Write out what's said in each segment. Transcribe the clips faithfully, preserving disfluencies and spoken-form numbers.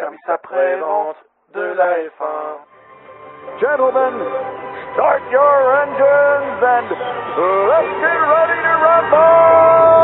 service après-vente de la F un. Gentlemen, start your engines and let's get ready to rumble!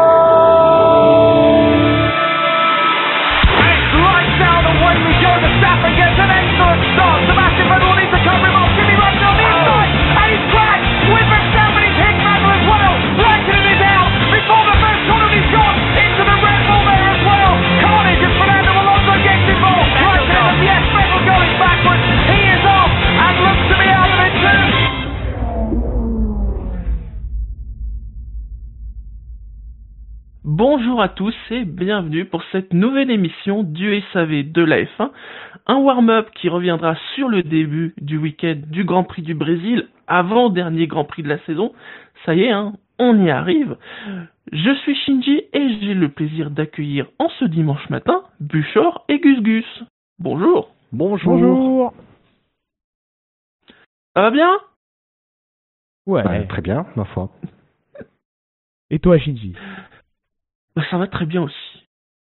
It's lights out away we go. Verstappen gets an excellent start. Sebastian Vettel needs to cover him off. Kimi Räikkönen on the inside and he's crashed with Verstappen. He's hit Vettel as well. Räikkönen is out before the first corner. He's gone into the Red Bull there as well. Carnage as Fernando Alonso gets involved. Räikkönen, yes, Vettel going backwards. He is off and looks to be out of it too. Bonjour à tous et bienvenue pour cette nouvelle émission du S A V de la F un, un warm-up qui reviendra sur le début du week-end du Grand Prix du Brésil, avant-dernier Grand Prix de la saison. Ça y est, hein, on y arrive. Je suis Shinji et j'ai le plaisir d'accueillir en ce dimanche matin Buchor et Gus Gus. Bonjour. Bonjour. Bonjour. Ça va bien ? Ouais. Bah, très bien, ma foi. Et toi, Shinji ? Bah, ça va très bien aussi.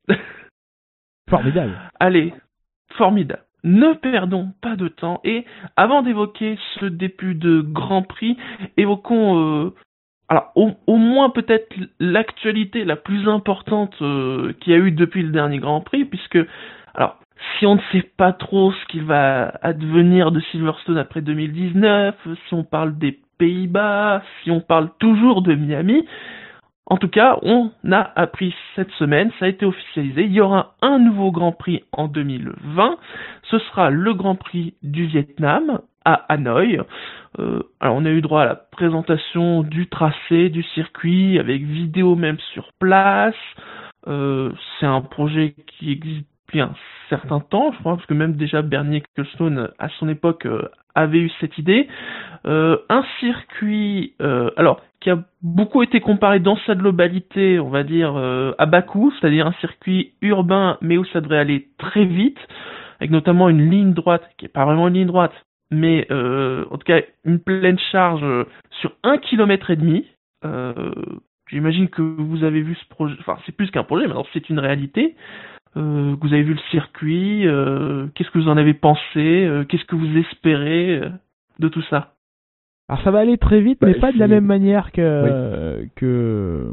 Formidable. Allez, formidable. Ne perdons pas de temps et avant d'évoquer ce début de Grand Prix, évoquons euh, alors au, au moins peut-être l'actualité la plus importante euh, qu'il y a eu depuis le dernier Grand Prix, puisque alors si on ne sait pas trop ce qu'il va advenir de Silverstone après deux mille dix-neuf, si on parle des Pays-Bas, si on parle toujours de Miami, en tout cas, on a appris cette semaine, ça a été officialisé, il y aura un nouveau Grand Prix en deux mille vingt, ce sera le Grand Prix du Vietnam à Hanoï. Euh, alors on a eu droit à la présentation du tracé, du circuit, avec vidéo même sur place. Euh, c'est un projet qui existe depuis un certain temps, je crois, parce que même déjà Bernie Ecclestone, à son époque, euh, avait eu cette idée. Euh, un circuit, euh, alors, qui a beaucoup été comparé dans sa globalité, on va dire, euh, à Bakou, c'est-à-dire un circuit urbain, mais où ça devrait aller très vite, avec notamment une ligne droite, qui est pas vraiment une ligne droite, mais euh, en tout cas une pleine charge euh, sur un kilomètre et demi. Euh, j'imagine que vous avez vu ce projet, enfin c'est plus qu'un projet, maintenant c'est une réalité. Euh, vous avez vu le circuit, euh, qu'est-ce que vous en avez pensé, euh, qu'est-ce que vous espérez euh, de tout ça? Alors ça va aller très vite, Bah, mais pas de la c'est- même manière que que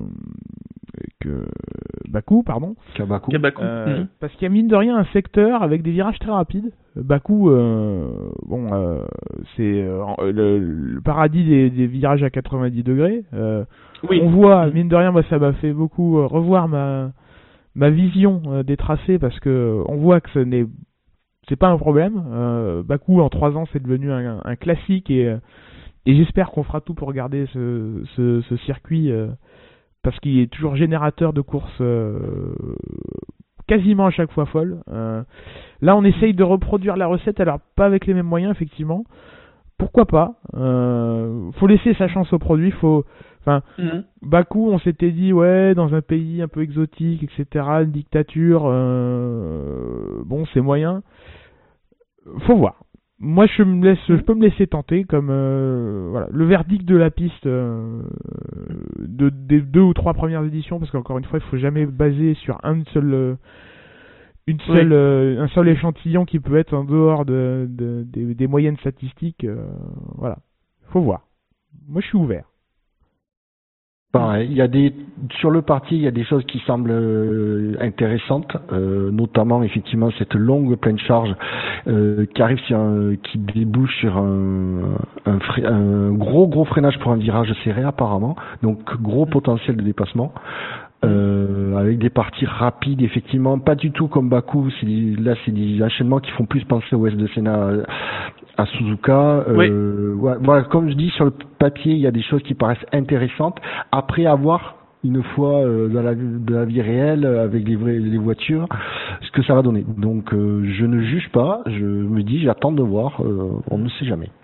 que Bakou, pardon. Kabaku. Kabaku. Euh, Mhm. Parce qu'il y a mine de rien un secteur avec des virages très rapides. Bakou, euh, bon, euh, c'est euh, le, le paradis des, des virages à quatre-vingt-dix degrés. Euh, Oui. On voit, Mhm. mine de rien, moi ça m'a fait beaucoup euh, revoir ma ma vision euh, des tracés, parce que on voit que ce n'est c'est pas un problème. Euh, Bakou en trois ans c'est devenu un, un classique, et euh, et j'espère qu'on fera tout pour garder ce ce, ce circuit, euh, parce qu'il est toujours générateur de courses euh, quasiment à chaque fois folles. Euh, là on essaye de reproduire la recette, alors pas avec les mêmes moyens effectivement. Pourquoi pas, euh, faut laisser sa chance au produit, faut enfin Mhm. Bakou, on s'était dit, ouais, dans un pays un peu exotique, et cetera, une dictature, euh, bon, c'est moyen. Faut voir. Moi, je me laisse, je peux me laisser tenter, comme euh, voilà, le verdict de la piste euh, de, des deux ou trois premières éditions, parce qu'encore une fois, il faut jamais baser sur un seul, euh, une seule, Oui. euh, un seul échantillon qui peut être en dehors de, de- des, des moyennes statistiques. euh, voilà, faut voir. Moi, je suis ouvert. Pareil, il y a des sur le parti, il y a des choses qui semblent euh, intéressantes, euh, notamment effectivement cette longue pleine charge euh, qui arrive sur un, qui débouche sur un, un, fre- un gros gros freinage pour un virage serré apparemment, donc gros potentiel de dépassement. Euh, avec des parties rapides, effectivement, pas du tout comme Bakou. C'est des- là, c'est des enchaînements qui font plus penser au S de Senna à Suzuka. Euh, ouais, voilà, comme je dis, sur le papier, il y a des choses qui paraissent intéressantes. Après avoir, une fois euh, dans, la, dans la vie réelle, euh, avec les, vrais, les voitures, ce que ça va donner. Donc, euh, je ne juge pas. Je me dis, j'attends de voir. Euh, on ne sait jamais.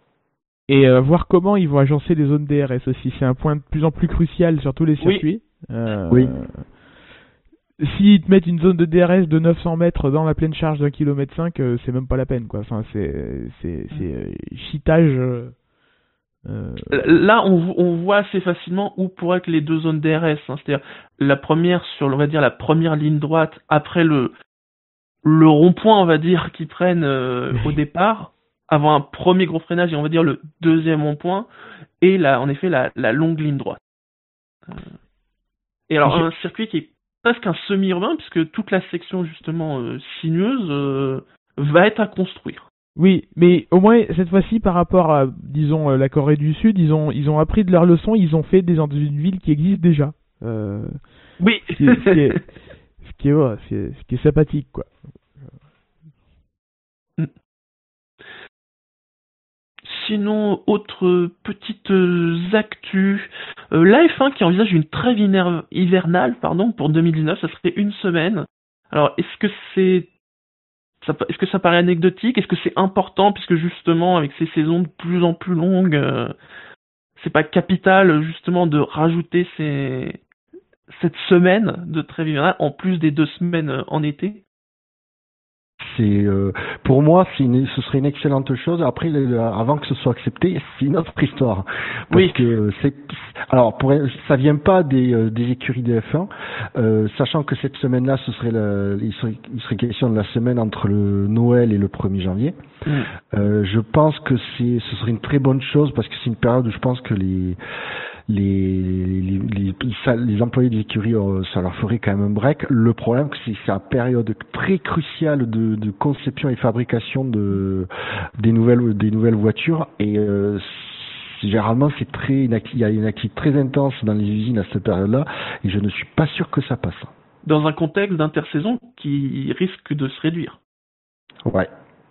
Et euh, voir comment ils vont agencer les zones D R S aussi. C'est un point de plus en plus crucial sur tous les Oui. circuits. Euh, Oui. S'ils te mettent une zone de D R S de neuf cents mètres dans la pleine charge d'un kilomètre cinq, euh, c'est même pas la peine, quoi. Enfin, c'est c'est c'est euh, chitage. euh, euh, Là, on, on voit assez facilement où pourraient être les deux zones D R S, hein. C'est-à-dire la première sur, on va dire, la première ligne droite après le le rond-point, on va dire, qu'ils prennent euh, au départ, avant un premier gros freinage, et on va dire le deuxième rond-point, et là, en effet, la, la longue ligne droite. Euh, et alors, un circuit qui est presque un semi-urbain, puisque toute la section, justement, euh, sinueuse, euh, va être à construire. Oui, mais au moins, cette fois-ci, par rapport à, disons, la Corée du Sud, ils ont, ils ont appris de leurs leçons, ils ont fait des, dans une ville qui existe déjà. Euh, oui. Ce qui est, ce qui est, ce qui est, ouais, ce qui est sympathique, quoi. Sinon, autre petites actus, euh, la F un qui envisage une trêve hiver- hivernale pardon, pour deux mille dix-neuf, ça serait une semaine. Alors, est-ce que c'est ça, est-ce que ça paraît anecdotique? Est-ce que c'est important, puisque justement, avec ces saisons de plus en plus longues, euh, c'est pas capital, justement, de rajouter ces, cette semaine de trêve hivernale, en plus des deux semaines en été? C'est euh, pour moi, c'est une, ce serait une excellente chose. Après, le, avant que ce soit accepté, c'est une autre histoire. Parce oui. que c'est, alors, pour, ça vient pas des, euh, des écuries de F un, euh, sachant que cette semaine-là, ce serait, la, il serait, il serait question de la semaine entre le Noël et le premier janvier. Mm. Euh, je pense que c'est, ce serait une très bonne chose parce que c'est une période où je pense que les Les, les, les, les employés des écuries, ça leur ferait quand même un break. Le problème, c'est que c'est une période très cruciale de, de conception et fabrication de, des, nouvelles, des nouvelles voitures. Et euh, généralement, c'est très, il y a une activité très intense dans les usines à cette période-là. Et je ne suis pas sûr que ça passe. Dans un contexte d'intersaison qui risque de se réduire. Ouais.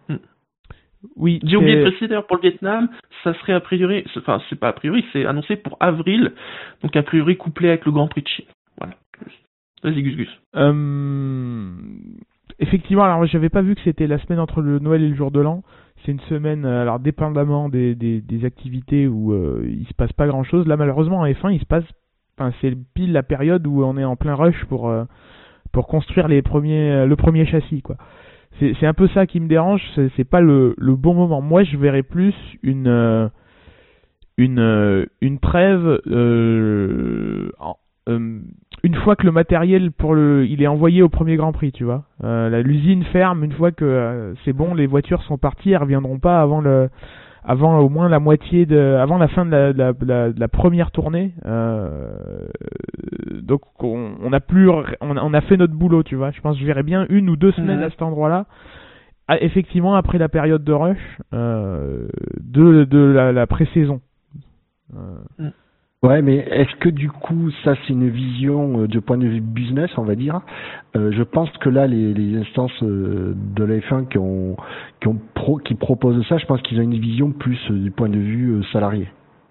Oui, j'ai oublié de préciser d'ailleurs pour le Vietnam, ça serait a priori, enfin c'est pas a priori, c'est annoncé pour avril, donc a priori couplé avec le Grand Prix de Chine. Voilà. Vas-y Gus Gus. Euh, effectivement, alors j'avais pas vu que c'était la semaine entre le Noël et le jour de l'an. C'est une semaine, alors dépendamment des, des, des activités où euh, il se passe pas grand chose. Là malheureusement en F un il se passe, enfin c'est pile la période où on est en plein rush pour euh, pour construire les premiers, le premier châssis quoi. C'est, c'est un peu ça qui me dérange, c'est, c'est pas le, le bon moment. Moi, je verrais plus une euh, une euh, une trêve euh, en, euh, une fois que le matériel pour le il est envoyé au premier Grand Prix, tu vois. Euh, la, l'usine ferme une fois que euh, c'est bon, les voitures sont parties, elles reviendront pas avant le avant au moins la moitié de avant la fin de la, de la, de la, de la première tournée. Euh, donc on, on a plus on a, on a fait notre boulot, tu vois. Je pense que je verrais bien une ou deux semaines mmh. à cet endroit-là. Ah, effectivement après la période de rush euh, de de la, la pré-saison. Euh, mmh. Ouais, mais est-ce que du coup, ça c'est une vision euh, du point de vue business, on va dire. Euh, je pense que là, les, les instances euh, de la F un qui ont qui ont pro, qui proposent ça, je pense qu'ils ont une vision plus euh, du point de vue euh, salarié.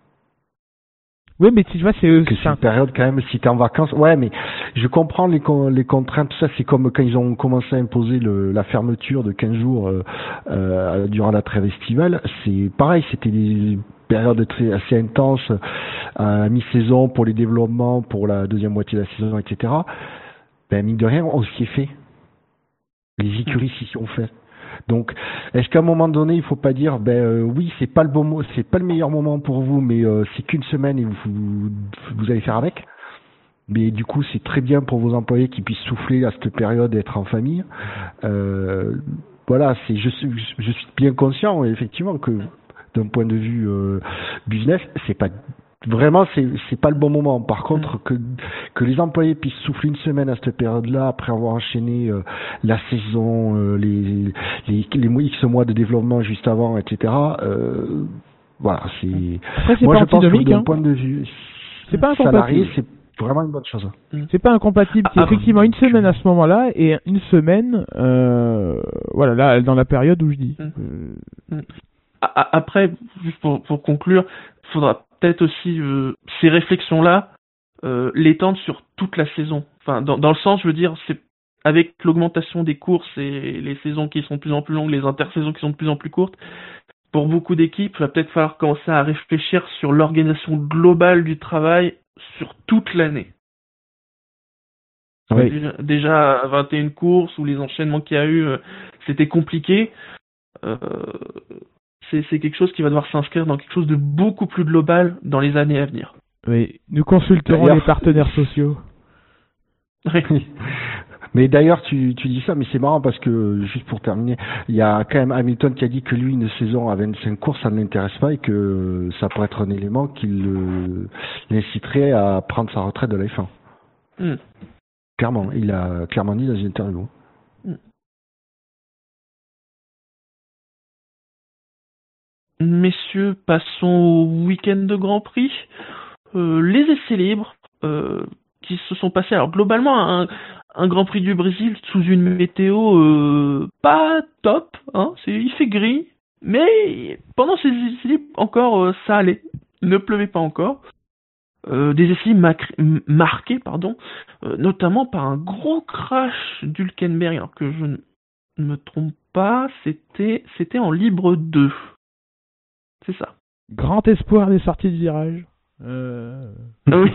Oui, mais tu vois, c'est que c'est une période quand même. Si t'es en vacances, ouais, mais je comprends les les contraintes. Tout ça, c'est comme quand ils ont commencé à imposer le, la fermeture de quinze jours euh, euh, durant la trêve estivale. C'est pareil, c'était des période très, assez intense à mi-saison pour les développements, pour la deuxième moitié de la saison, et cetera. Ben, mine de rien, on s'y est fait. Les écuries s'y sont fait. Donc, est-ce qu'à un moment donné, il faut pas dire, ben euh, oui, c'est pas le bon mot, c'est pas le meilleur moment pour vous, mais euh, c'est qu'une semaine et vous, vous, vous allez faire avec. Mais du coup, c'est très bien pour vos employés qui puissent souffler à cette période et être en famille. Euh, voilà, c'est, je, je, je suis bien conscient, effectivement, que d'un point de vue euh, business, c'est pas vraiment c'est c'est pas le bon moment. Par contre, mmh. que que les employés puissent souffler une semaine à cette période-là après avoir enchaîné euh, la saison, euh, les les les X mois de développement juste avant, et cetera. Euh, voilà, c'est. Après, c'est moi pas je pense que d'un hein. point de vue c'est pas salarié, c'est vraiment une bonne chose. C'est pas incompatible. C'est ah, effectivement une semaine à ce moment-là et une semaine, euh, voilà, là dans la période où je dis. Mmh. Mmh. Après, juste pour, pour conclure, il faudra peut-être aussi euh, ces réflexions-là euh, l'étendre sur toute la saison. Enfin, dans, dans le sens, je veux dire, c'est avec l'augmentation des courses et les saisons qui sont de plus en plus longues, les intersaisons qui sont de plus en plus courtes, pour beaucoup d'équipes, il va peut-être falloir commencer à réfléchir sur l'organisation globale du travail sur toute l'année. Oui. Déjà, déjà à vingt et une courses où les enchaînements qu'il y a eu, euh, c'était compliqué. Euh, C'est, c'est quelque chose qui va devoir s'inscrire dans quelque chose de beaucoup plus global dans les années à venir. Oui, nous consulterons D'ailleurs, les partenaires sociaux. Oui. Mais d'ailleurs, tu, tu dis ça, mais c'est marrant parce que, juste pour terminer, il y a quand même Hamilton qui a dit que lui, une saison à vingt-cinq courses, ça ne l'intéresse pas et que ça pourrait être un élément qui le- l'inciterait à prendre sa retraite de la F un. Hmm. Clairement, il a clairement dit dans une interview. Messieurs, passons au week-end de Grand Prix. Euh, les essais libres euh, qui se sont passés. Alors globalement, un, un Grand Prix du Brésil sous une météo euh, pas top. Hein, c'est, il fait gris, mais pendant ces essais libres, encore euh, ça allait. Il ne pleuvait pas encore. Euh, des essais macr- m- marqués, pardon, euh, notamment par un gros crash d'Hülkenberg. Alors que je ne me trompe pas, c'était c'était en libre deux. C'est ça. Grand espoir des sorties de virage. Euh... Ah oui.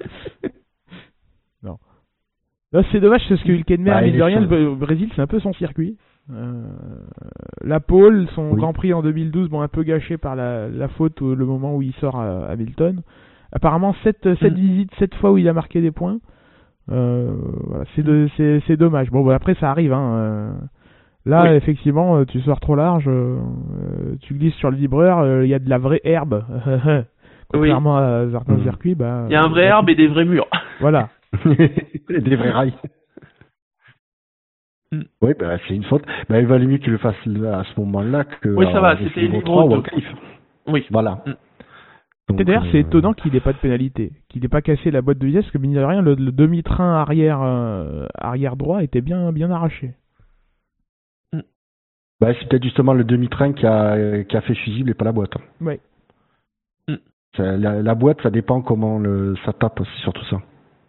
non. Là, c'est dommage parce que Hülkenberg, Bah, mine il de est rien, sur- le Brésil, c'est un peu son circuit. Euh, La pole, son Oui. Grand Prix en deux mille douze, bon, un peu gâché par la, la faute au le moment où il sort à Hamilton. Apparemment, sept Mm. visites, sept fois où il a marqué des points. Euh, voilà, c'est, de, c'est, c'est dommage. Bon, bah, après, ça arrive. Hein, euh, là, Oui. effectivement, euh, tu sors trop large, euh, euh, tu glisses sur le libreur, il y a de la vraie herbe. Contrairement à certains Mm. circuits, bah. Il y a un vrai euh, herbe et des vrais murs. Voilà. Des vrais rails. Mm. Oui, bah, c'est une faute. Bah, il valait mieux qu'il le fasse à ce moment-là que. Oui, ça euh, va, avec c'était le niveau libre trois ou deux. en qualif. Oui. Voilà. Mm. Donc, Et d'ailleurs, euh, c'est étonnant qu'il n'ait pas de pénalité, qu'il n'ait pas cassé la boîte de vitesse, parce que mine de rien, le, le demi-train arrière, euh, arrière droit était bien, bien arraché. Bah, c'est peut-être justement le demi-train qui a, qui a fait fusible et pas la boîte. Ouais. Ça- La, la boîte, ça dépend comment le, ça tape, c'est surtout ça.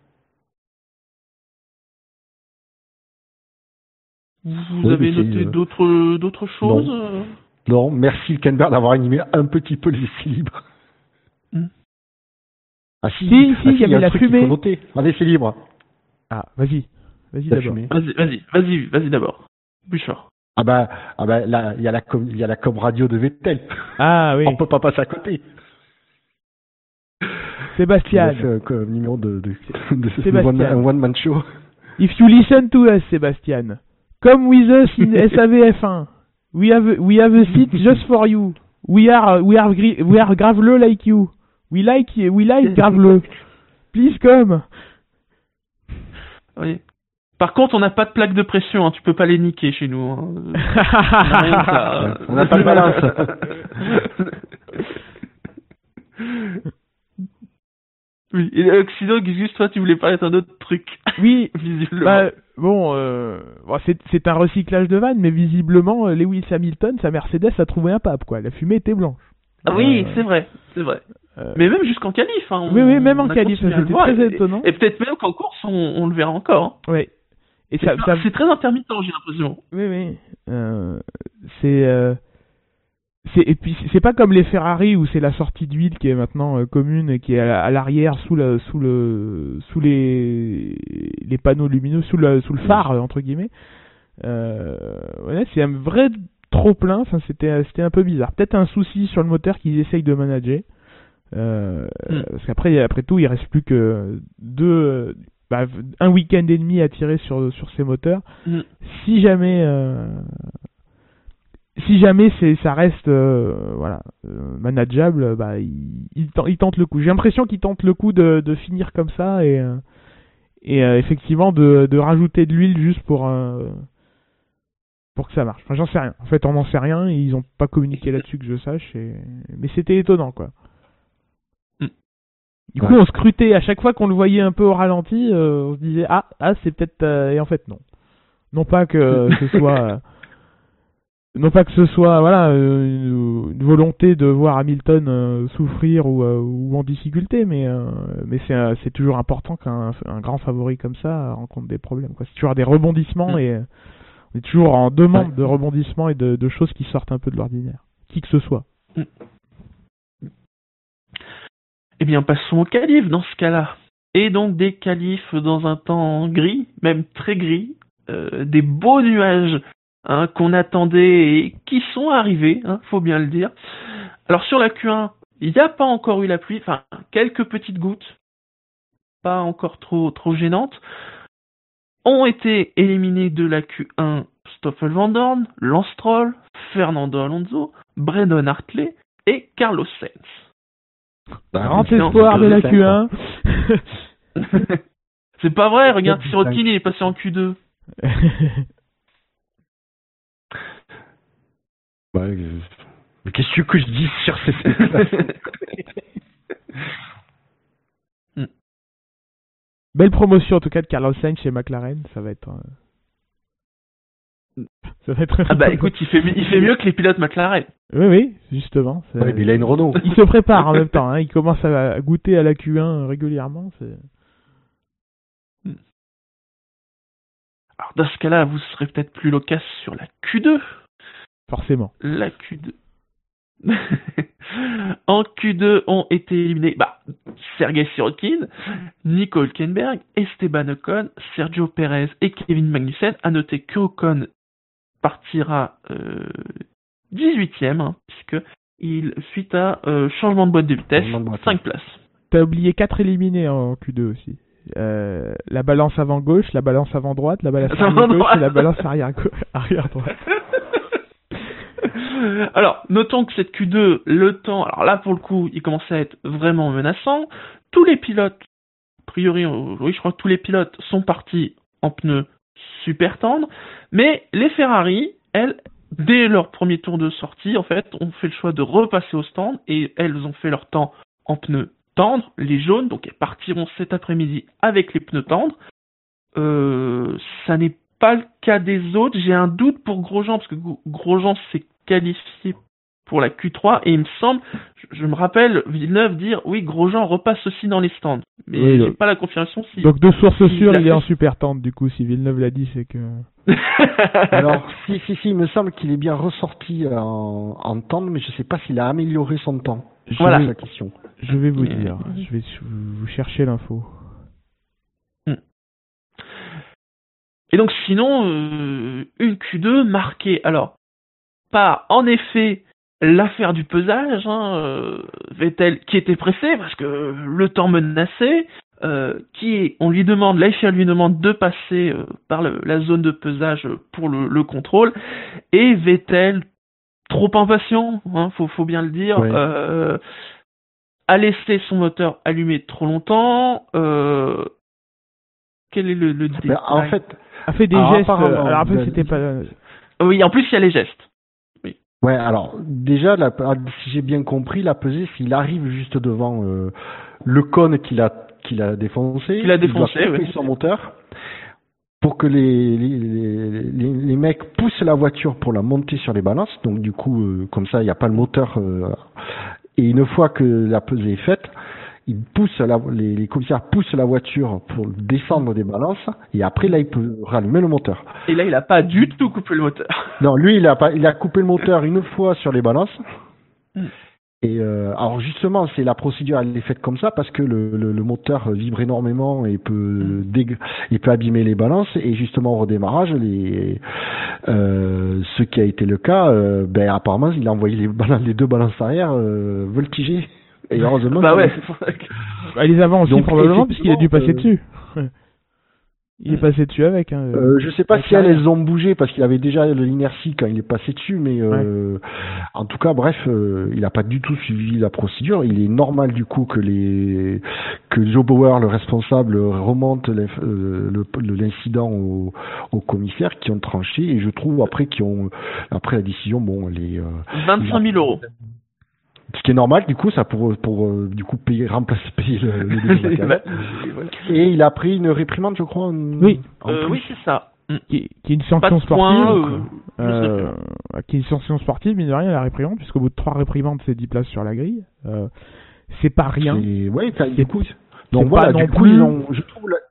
Vous Oui, avez mais c'est, noté euh, d'autres, d'autres choses non. euh Non, merci Hülkenberg d'avoir animé un petit peu les essais libres. Mm. Ah si, Si, ah, si, il y avait a un la truc qu'il fumée. faut noter. Un essai libre. Ah, vas-y. Vas-y La d'abord. fumée. Vas-y, vas-y, vas-y, vas-y d'abord. Bouchard. Ah bah, ah bah là, il y a la com, il y a la com radio de Vettel. Ah oui, On peut pas passer à côté. Il a Sébastien. fait un co- numéro de, de, de, de Sébastien. one, un one man show. If you listen to us, Sébastien, come with us in S A V F one. We have we have a seat just for you. We are we are gri- we are graveleux like you. We like we like graveleux. Please come. Oui. Par contre, on n'a pas de plaque de pression, hein, tu peux pas les niquer chez nous. Hein. On a rien de ça, hein. On n'a pas de balance. Oui, et Oxydo, juste toi, tu voulais parler d'un autre truc. Oui. Visiblement. Bah, bon, euh, bon c'est, c'est un recyclage de vannes, mais visiblement, euh, Lewis Hamilton, sa Mercedes a trouvé un pape, quoi. La fumée était blanche. Ah oui, Euh, c'est vrai, c'est vrai. euh, Mais même jusqu'en qualif. Hein, Oui, oui, même en on a qualif, continué à le c'était voir, très et- étonnant. Et peut-être même qu'en course, on, on le verra encore. Hein. Ouais. Et C'est, ça, ça, c'est très intermittent, j'ai l'impression. oui, oui. Euh, c'est, euh, c'est, et puis c'est pas comme les Ferrari où c'est la sortie d'huile qui est maintenant euh, commune et qui est à, à l'arrière sous le, sous le, sous les, les panneaux lumineux, sous le, sous le phare entre guillemets. Euh, ouais, c'est un vrai trop plein. Enfin, c'était, c'était un peu bizarre. Peut-être un souci sur le moteur qu'ils essayent de manager. Euh, Mm. Parce qu'après, après tout, il reste plus que deux. Bah, un week-end et demi à tirer sur, sur ces moteurs. Mm. Si jamais euh, si jamais c'est ça reste euh, voilà euh, manageable, bah il, il, tent- il tente le coup. J'ai l'impression qu'il tente le coup de, de finir comme ça et euh, et euh, effectivement de, de rajouter de l'huile juste pour euh, pour que ça marche. Enfin, j'en sais rien. En fait, on n'en sait rien. Et ils ont pas communiqué là-dessus que je sache. Et... mais c'était étonnant, quoi. Mm. Du coup, Ouais. on scrutait à chaque fois qu'on le voyait un peu au ralenti, euh, on se disait ah ah c'est peut-être euh, et en fait non. Non pas que ce soit euh, non pas que ce soit voilà euh, une, une volonté de voir Hamilton euh, souffrir ou, euh, ou en difficulté, mais euh, mais c'est euh, c'est toujours important qu'un un grand favori comme ça rencontre des problèmes, quoi. C'est toujours des rebondissements Mm. et euh, on est toujours en demande Ouais. de rebondissements et de, de choses qui sortent un peu de l'ordinaire, qui que ce soit. Eh bien, passons aux qualifs dans ce cas-là. Et donc des qualifs dans un temps gris, même très gris, euh, des beaux nuages hein, qu'on attendait et qui sont arrivés, hein, faut bien le dire. Alors sur la Q un, il n'y a pas encore eu la pluie, enfin quelques petites gouttes, pas encore trop trop gênantes. ont été éliminés de la Q un Stoffel Van Dorn, Lance Stroll, Fernando Alonso, Brandon Hartley et Carlos Sainz. Grand espoir de la Q un. C'est pas vrai, regarde, Sirotkin il est passé en Q deux. Ouais, mais qu'est-ce que je dis sur ces places? Belle promotion en tout cas de Carlos Sainz chez McLaren, ça va être... Euh... Ça va être... Ah bah écoute, il fait, il fait mieux que les pilotes McLaren. Oui, oui, justement. Ouais, mais il a une Renault. Il se prépare en même temps, hein. Il commence à goûter à la Q un régulièrement. C'est... Alors dans ce cas-là, vous serez peut-être plus loquace sur la Q deux. Forcément. La Q deux. En Q deux ont été éliminés bah, Sergei Sirotkin, Nico Hülkenberg, Esteban Ocon, Sergio Perez et Kevin Magnussen. À noter que Ocon partira euh, dix-huitième, hein, puisque il suite à euh, changement de boîte de vitesse, de boîte. cinq places. T'as oublié quatre éliminés en Q deux aussi. Euh, la balance avant gauche, la balance avant droite, la balance avant gauche et la balance arrière, arrière droite. Alors, notons que cette Q deux, le temps, alors là pour le coup, il commençait à être vraiment menaçant. Tous les pilotes, a priori, oui, je crois que tous les pilotes sont partis en pneus super tendres, mais les Ferrari, elles, dès leur premier tour de sortie, en fait, ont fait le choix de repasser au stand et elles ont fait leur temps en pneus tendres, les jaunes, donc elles partiront cet après-midi avec les pneus tendres. Euh, ça n'est pas le cas des autres. J'ai un doute pour Grosjean, parce que Grosjean s'est qualifié pour la Q trois, et il me semble, je, je me rappelle Villeneuve dire, oui, Grosjean repasse aussi dans les stands. Mais oui, j'ai donc, pas la confirmation si... Donc de source si sûre, il, il est en super tente, du coup, si Villeneuve l'a dit, c'est que... Alors, si, si, si, il me semble qu'il est bien ressorti en, en tente, mais je sais pas s'il a amélioré son temps. Je voilà vais, la question. Je vais vous dire, je vais vous chercher l'info. Et donc sinon, euh, une Q deux marquée, alors, par en effet l'affaire du pesage, hein, euh, Vettel qui était pressé parce que le temps menaçait, euh, qui on lui demande, la F I A lui demande de passer euh, par le, la zone de pesage pour le, le contrôle, et Vettel, trop impatient, hein, faut, faut bien le dire, oui. euh, a laissé son moteur allumé trop longtemps. Euh, quel est le, le détail? En fait, a fait des alors, gestes. Alors après, de... c'était pas. Oui, en plus il y a les gestes. Oui. Ouais, alors déjà, la, si j'ai bien compris, la pesée, s'il arrive juste devant euh, le cône qu'il a qu'il a défoncé, qu'il a défoncé, il doit couper oui. son moteur pour que les les, les les les mecs poussent la voiture pour la monter sur les balances. Donc du coup, euh, comme ça, il n'y a pas le moteur. Euh, et une fois que la pesée est faite, il pousse la, les, les commissaires poussent la voiture pour descendre des balances, et après là il peut rallumer le moteur. Et là il a pas du tout coupé le moteur. Non, lui il a pas, il a coupé le moteur une fois sur les balances. Mm. Et euh, alors justement c'est la procédure, elle est faite comme ça parce que le, le, le moteur vibre énormément et peut mm. dég... il peut abîmer les balances, et justement au redémarrage, les euh, ce qui a été le cas, euh, ben apparemment il a envoyé les, balances, les deux balances arrière euh, voltiger. Et heureusement, bah ouais. Bah, les avant aussi, donc, probablement, puisqu'il a dû passer euh... dessus. Il est passé dessus avec. Hein. Euh, je sais pas si elles, elles ont bougé parce qu'il avait déjà l'inertie quand il est passé dessus, mais euh, ouais. En tout cas, bref, euh, il a pas du tout suivi la procédure. Il est normal du coup que les que Joe Bauer, le responsable, remonte euh, le, l'incident au, au commissaire qui ont tranché, et je trouve après qui ont après la décision, bon, les euh, vingt-cinq mille euros. Ce qui est normal, du coup, ça pour pour euh, du coup payer remplacer payer le, le voilà. Et il a pris une réprimande, je crois. En, oui, en euh, oui, c'est ça. Qui, qui est une sanction sportive. Point, euh, euh, qui est une sanction sportive, mais de rien, la réprimande, puisqu'au bout de trois réprimandes, c'est dix places sur la grille. Euh, c'est pas rien. C'est... Ouais, enfin, c'est... du coup. Donc voilà, du coup, ils ont, je trouve la...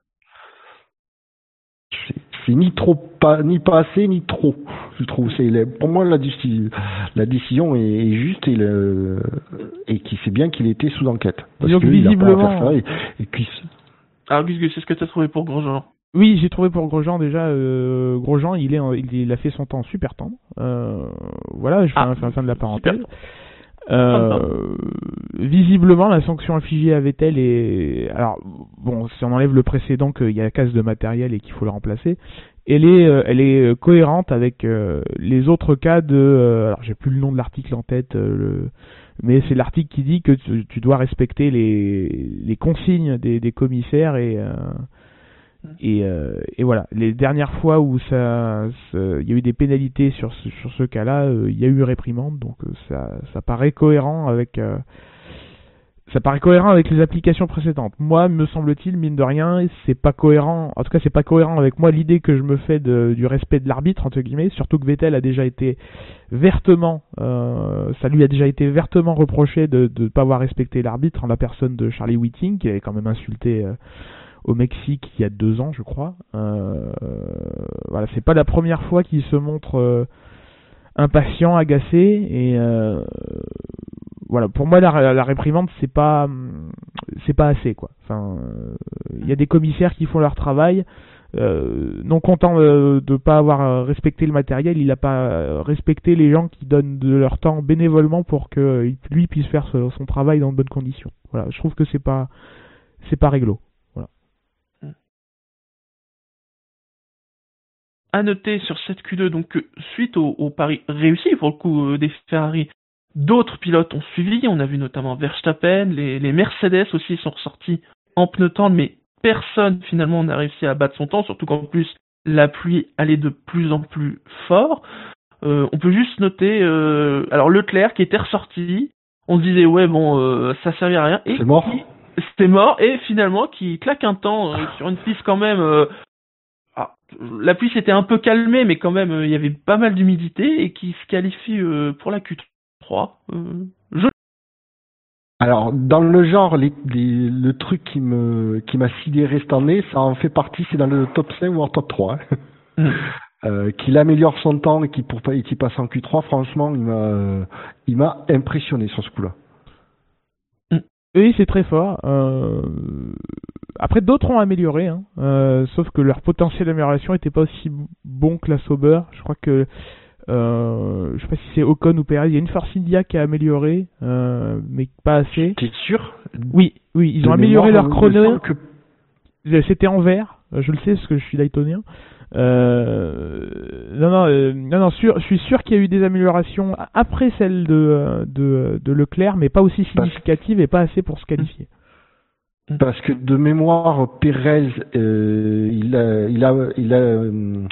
c'est, c'est ni trop pas ni pas assez ni trop. Je trouve c'est les, pour moi la, la décision est, est juste, et le et qui sait bien qu'il était sous enquête. Parce donc que visiblement. Ça, et, et puis... Alors Gus Gus, c'est ce que tu as trouvé pour Grosjean? Oui, j'ai trouvé pour Grosjean déjà. Euh, Grosjean, il est, il, il a fait son temps super tendre. Euh, voilà, je fais, ah, un, fais un fin de la parenthèse. Euh, visiblement, la sanction infligée à Vettel est, alors bon, si on enlève le précédent qu'il y a casse de matériel et qu'il faut le remplacer, elle est, euh, elle est cohérente avec euh, les autres cas de, euh, alors j'ai plus le nom de l'article en tête, euh, le, mais c'est l'article qui dit que tu, tu dois respecter les, les consignes des, des commissaires et euh, Et, euh, et voilà, les dernières fois où ça, ça, il y a eu des pénalités sur ce, sur ce cas-là, euh, il y a eu réprimande, donc euh, ça, ça paraît cohérent avec, euh, ça paraît cohérent avec les applications précédentes. Moi, me semble-t-il, mine de rien, c'est pas cohérent. En tout cas, c'est pas cohérent avec moi l'idée que je me fais de, du respect de l'arbitre entre guillemets. Surtout que Vettel a déjà été vertement, euh, ça lui a déjà été vertement reproché de ne pas avoir respecté l'arbitre en la personne de Charlie Whiting, qui avait quand même insulté. Euh, au Mexique il y a deux ans, je crois. Euh, voilà, c'est pas la première fois qu'il se montre euh, impatient, agacé, et euh, voilà. Pour moi, la, la réprimande, c'est pas, c'est pas assez, quoi. Enfin, il euh, y a des commissaires qui font leur travail. Euh, non content euh, de pas avoir respecté le matériel, il a pas respecté les gens qui donnent de leur temps bénévolement pour que lui puisse faire son travail dans de bonnes conditions. Voilà, je trouve que c'est pas, c'est pas réglo. À noter sur cette Q deux, donc que suite au, au pari réussi pour le coup euh, des Ferrari, d'autres pilotes ont suivi. On a vu notamment Verstappen, les, les Mercedes aussi sont ressortis en pneus tendres, mais personne finalement n'a réussi à battre son temps, surtout qu'en plus la pluie allait de plus en plus fort. Euh, on peut juste noter, euh, alors Leclerc qui était ressorti, on se disait ouais bon euh, ça servait à rien, et c'est mort. C'était mort, et finalement qui claque un temps euh, sur une piste quand même. Euh, Ah, la pluie s'était un peu calmée, mais quand même, il euh, y avait pas mal d'humidité, et qui se qualifie euh, pour la Q trois. Euh, je... Alors, dans le genre, les, les, le truc qui me qui m'a sidéré cette année, ça en fait partie, c'est dans le top cinq ou en top trois. Hein. Mm. Euh, qu'il améliore son temps et qu'il pour et qu'il passe en Q trois, franchement, il m'a il m'a impressionné sur ce coup-là. Mm. Oui, c'est très fort. Euh... Après, d'autres ont amélioré, hein. euh, sauf que leur potentiel d'amélioration n'était pas aussi bon que la Sauber. Je crois que, euh, je sais pas si c'est Ocon ou Perez, il y a une Force India qui a amélioré, euh, mais pas assez. T'es sûr? Oui, oui, ils ont amélioré leur chrono. Que... C'était en vert, je le sais parce que je suis daytonien. Euh, non, non, euh, non, non, sûr, je suis sûr qu'il y a eu des améliorations après celle de, de, de Leclerc, mais pas aussi significatives et pas assez pour se qualifier. Parce que de mémoire, Pérez, euh, il a, il a, il a, euh,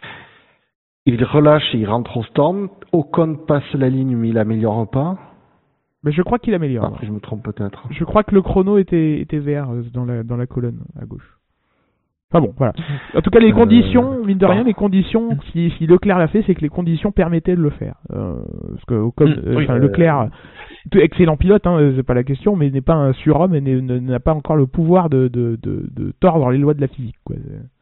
il relâche et il rentre au stand. Ocon passe la ligne, mais il améliore pas. Mais je crois qu'il améliore. Après, je me trompe peut-être. Je crois que le chrono était, était vert dans la, dans la colonne à gauche. Enfin bon, voilà. En tout cas, les conditions, euh, mine de rien, les conditions, si, si Leclerc l'a fait, c'est que les conditions permettaient de le faire. Euh, parce que Ocon, mmh, euh, oui, enfin, euh, Leclerc, excellent pilote, hein, c'est pas la question, mais n'est pas un surhomme et n'a pas encore le pouvoir de, de, de, de tordre les lois de la physique, quoi.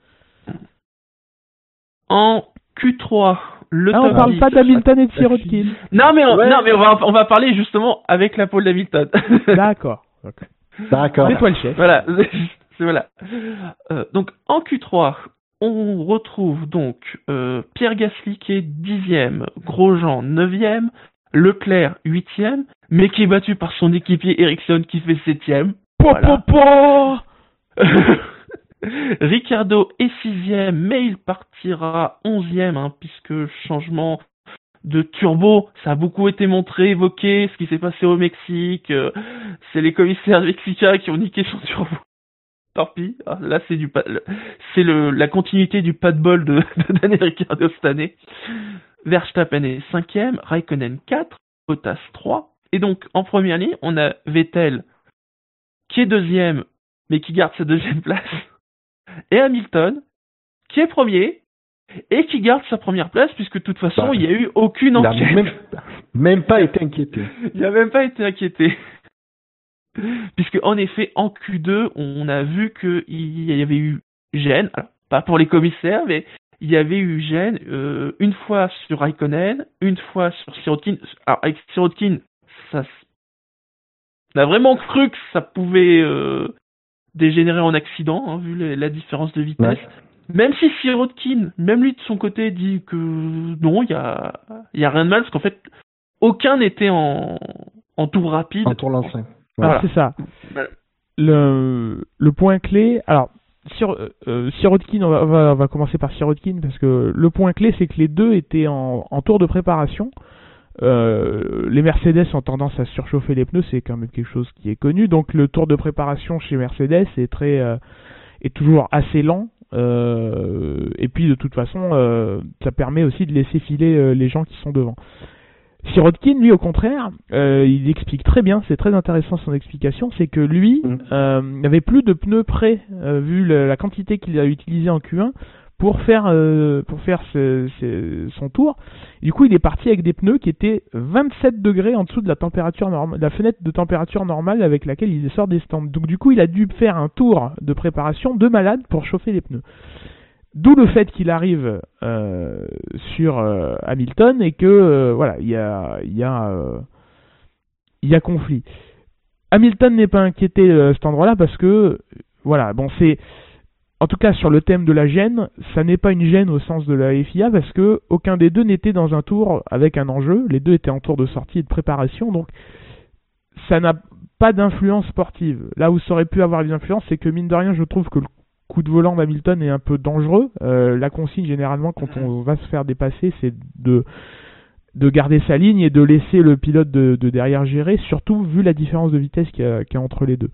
En Q trois, le ah, top on parle dix. Pas d'Hamilton et de Sirotkin. Non, mais on, ouais. non, mais on va, on va parler justement avec la pole d'Hamilton. D'accord. Okay. D'accord. C'est toi le chef. Voilà. Voilà. Euh, donc en Q trois, on retrouve donc euh, Pierre Gasly qui est dixième, Grosjean neuvième, Leclerc huitième, mais qui est battu par son équipier Ericsson qui fait septième. Voilà. Ricciardo est sixième, mais il partira onzième, hein, puisque changement de turbo, ça a beaucoup été montré, évoqué, ce qui s'est passé au Mexique. Euh, c'est les commissaires mexicains qui ont niqué son turbo. Tant pis, là c'est du c'est le la continuité du pas de bol de, de Daniel Ricciardo cette année. Verstappen est cinquième, Raikkonen quatre, Bottas trois, et donc en première ligne on a Vettel qui est deuxième mais qui garde sa deuxième place, et Hamilton qui est premier et qui garde sa première place puisque de toute façon bah, il n'y a eu aucune enquête. Il n'a même, même pas été inquiété. Il n'a même pas été inquiété. Puisque en effet en Q deux on a vu qu'il y avait eu gêne, alors pas pour les commissaires, mais il y avait eu gêne euh, une fois sur Raikkonen, une fois sur Sirotkin. Alors avec Sirotkin, ça, on a vraiment cru que ça pouvait euh, dégénérer en accident, hein, vu les, la différence de vitesse. Ouais. Même si Sirotkin, même lui de son côté, dit que non, il y a, y a rien de mal, parce qu'en fait aucun n'était en en tour rapide. En tour lancé. Voilà. C'est ça. Le, le point clé, alors, Sir, euh, Sirotkin, on va, on, va, on va commencer par Sirotkin, parce que le point clé, c'est que les deux étaient en, en tour de préparation. Euh, les Mercedes ont tendance à surchauffer les pneus, c'est quand même quelque chose qui est connu. Donc le tour de préparation chez Mercedes est très, euh, est toujours assez lent. Euh, et puis de toute façon, euh, ça permet aussi de laisser filer euh, les gens qui sont devant. Sirotkin, lui, au contraire, euh, il explique très bien, c'est très intéressant son explication, c'est que lui euh, n'avait plus de pneus prêts, euh, vu le, la quantité qu'il a utilisée en Q un, pour faire, euh, pour faire ce, ce, son tour. Et du coup, il est parti avec des pneus qui étaient vingt-sept degrés en dessous de la température normale, la fenêtre de température normale avec laquelle il sort des stands. Donc du coup, il a dû faire un tour de préparation de malade pour chauffer les pneus. D'où le fait qu'il arrive euh, sur euh, Hamilton et que euh, voilà, il y a, il y a, euh, il y a conflit. Hamilton n'est pas inquiété à cet endroit-là parce que voilà, bon, c'est en tout cas sur le thème de la gêne, ça n'est pas une gêne au sens de la F I A parce que aucun des deux n'était dans un tour avec un enjeu. Les deux étaient en tour de sortie et de préparation, donc ça n'a pas d'influence sportive. Là où ça aurait pu avoir une influence, c'est que mine de rien, je trouve que le coup de volant d'Hamilton est un peu dangereux. Euh, la consigne, généralement, quand on va se faire dépasser, c'est de, de garder sa ligne et de laisser le pilote de, de derrière gérer, surtout vu la différence de vitesse qu'il y a, qu'il y a entre les deux.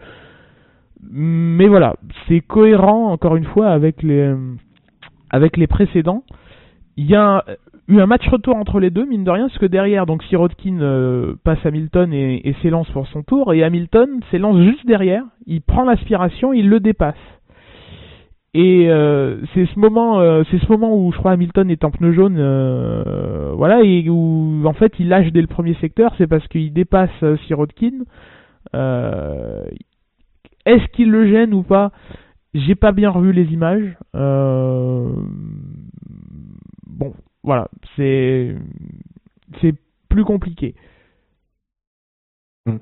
Mais voilà, c'est cohérent, encore une fois, avec les, avec les précédents. Il y a eu un match retour entre les deux, mine de rien, parce que derrière, donc Sirotkin euh, passe Hamilton et, et s'élance pour son tour, et Hamilton s'élance juste derrière, il prend l'aspiration, il le dépasse. Et euh, c'est ce moment, euh, c'est ce moment où je crois Hamilton est en pneu jaune, euh, voilà, et où en fait il lâche dès le premier secteur, c'est parce qu'il dépasse euh, Sirotkin. Euh, est-ce qu'il le gêne ou pas? J'ai pas bien revu les images. Euh, bon, voilà, c'est c'est plus compliqué. Mmh.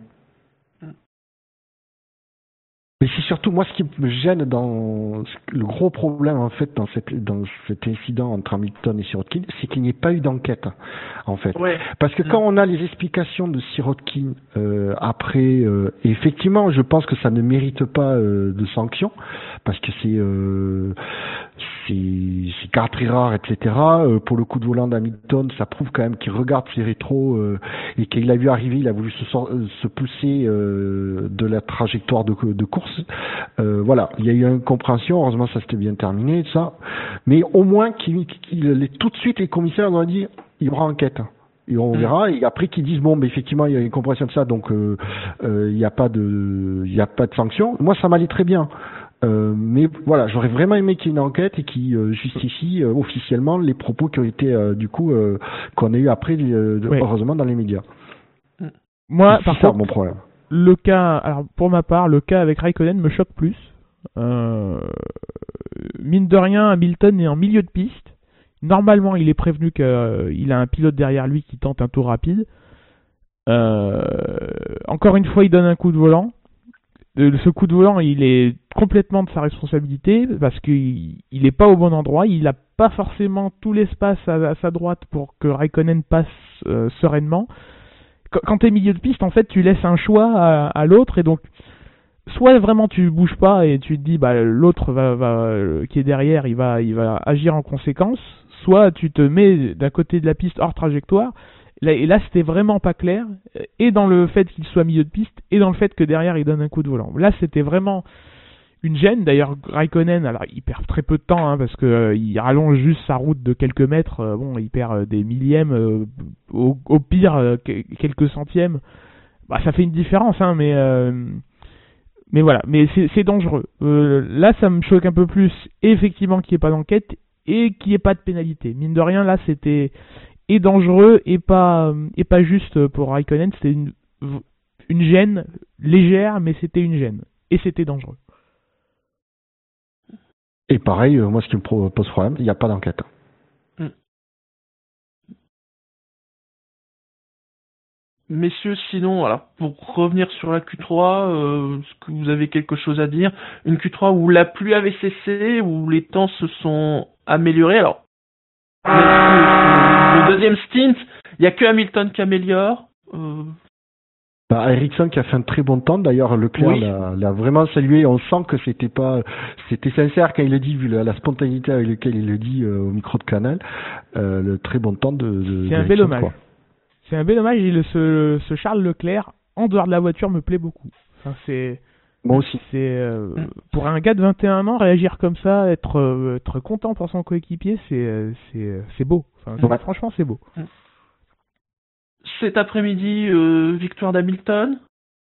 Mais c'est surtout moi ce qui me gêne dans le gros problème en fait dans cette dans cet incident entre Hamilton et Sirotkin, c'est qu'il n'y ait pas eu d'enquête en fait. Ouais. Parce que quand on a les explications de Sirotkin euh, après, euh, effectivement, je pense que ça ne mérite pas euh, de sanction parce que c'est euh, c'est c'est cas très rare, et cetera. Euh, pour le coup de volant d'Hamilton, ça prouve quand même qu'il regarde ses rétros euh, et qu'il a vu arriver, il a voulu se, se pousser euh, de la trajectoire de, de course. Euh, voilà, il y a eu une compréhension, heureusement ça s'était bien terminé, ça. Mais au moins qu'il, qu'il, les, tout de suite les commissaires ont dit il y aura enquête. Et on verra, et après qu'ils disent bon, mais effectivement il y a une compréhension de ça, donc euh, euh, il n'y a pas de, il n'y a pas de sanction. Moi ça m'allait très bien. Euh, mais voilà, j'aurais vraiment aimé qu'il y ait une enquête et qui euh, justifie euh, officiellement les propos qui ont été euh, du coup euh, qu'on a eu après, euh, oui. heureusement dans les médias. Moi, c'est par ça contre, mon problème. Le cas, alors pour ma part, le cas avec Raikkonen me choque plus. Euh, mine de rien, Hamilton est en milieu de piste. Normalement, il est prévenu qu'il euh, a un pilote derrière lui qui tente un tour rapide. Euh, encore une fois, il donne un coup de volant. De, ce coup de volant, il est complètement de sa responsabilité parce qu'il n'est pas au bon endroit. Il n'a pas forcément tout l'espace à, à sa droite pour que Raikkonen passe euh, sereinement. Quand tu es milieu de piste, en fait, tu laisses un choix à, à l'autre et donc soit vraiment tu bouges pas et tu te dis bah l'autre va, va qui est derrière, il va il va agir en conséquence, soit tu te mets d'un côté de la piste hors trajectoire. Là, et là, c'était vraiment pas clair, et dans le fait qu'il soit milieu de piste et dans le fait que derrière il donne un coup de volant. Là, c'était vraiment une gêne. D'ailleurs, Raikkonen, alors il perd très peu de temps hein, parce que euh, il rallonge juste sa route de quelques mètres. Euh, bon, il perd euh, des millièmes, euh, au, au pire euh, quelques centièmes. Bah, ça fait une différence, hein, mais euh, mais voilà. Mais c'est, c'est dangereux. Euh, là, ça me choque un peu plus, effectivement, qu'il n'y ait pas d'enquête et qu'il n'y ait pas de pénalité. Mine de rien, là, c'était et dangereux et pas et pas juste pour Raikkonen. C'était une une gêne légère, mais c'était une gêne et c'était dangereux. Et pareil, euh, moi ce qui me pose problème, il n'y a pas d'enquête. Mm. Messieurs, sinon, alors pour revenir sur la Q trois, euh, est-ce que vous avez quelque chose à dire? Une Q trois où la pluie avait cessé, où les temps se sont améliorés. Alors, le deuxième stint, il n'y a que Hamilton qui améliore. Euh, Bah, Ericsson qui a fait un très bon temps. D'ailleurs, Leclerc Oui. l'a, l'a vraiment salué. On sent que c'était pas, c'était sincère quand il le dit, vu la, la spontanéité avec laquelle il le dit euh, au micro de Canal. Euh, le très bon temps de. de C'est un bel hommage. C'est un bel hommage. Et le, ce, ce Charles Leclerc, en dehors de la voiture, me plaît beaucoup. Enfin, c'est. Moi aussi. C'est euh, pour un gars de vingt et un ans, réagir comme ça, être euh, être content pour son coéquipier, c'est c'est c'est beau. Enfin, c'est- Ouais. franchement, c'est beau. Cet après-midi, euh, victoire d'Hamilton.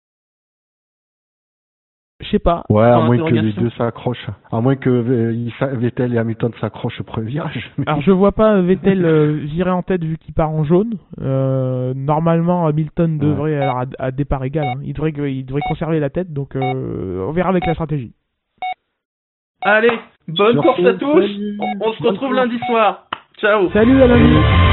Je sais pas. Ouais, à Point moins que les d'interrogation. deux s'accrochent. À moins que euh, il sa- Vettel et Hamilton s'accrochent au premier virage. Alors je vois pas Vettel euh, virer en tête vu qu'il part en jaune. Euh, normalement Hamilton Ouais. devrait alors à, à départ égal. Hein. Il devrait il devrait conserver la tête, donc euh, on verra avec la stratégie. Allez, bonne Sur course ce, à tous. salut. On, on se Bonne retrouve course. lundi soir. Ciao. Salut à lundi.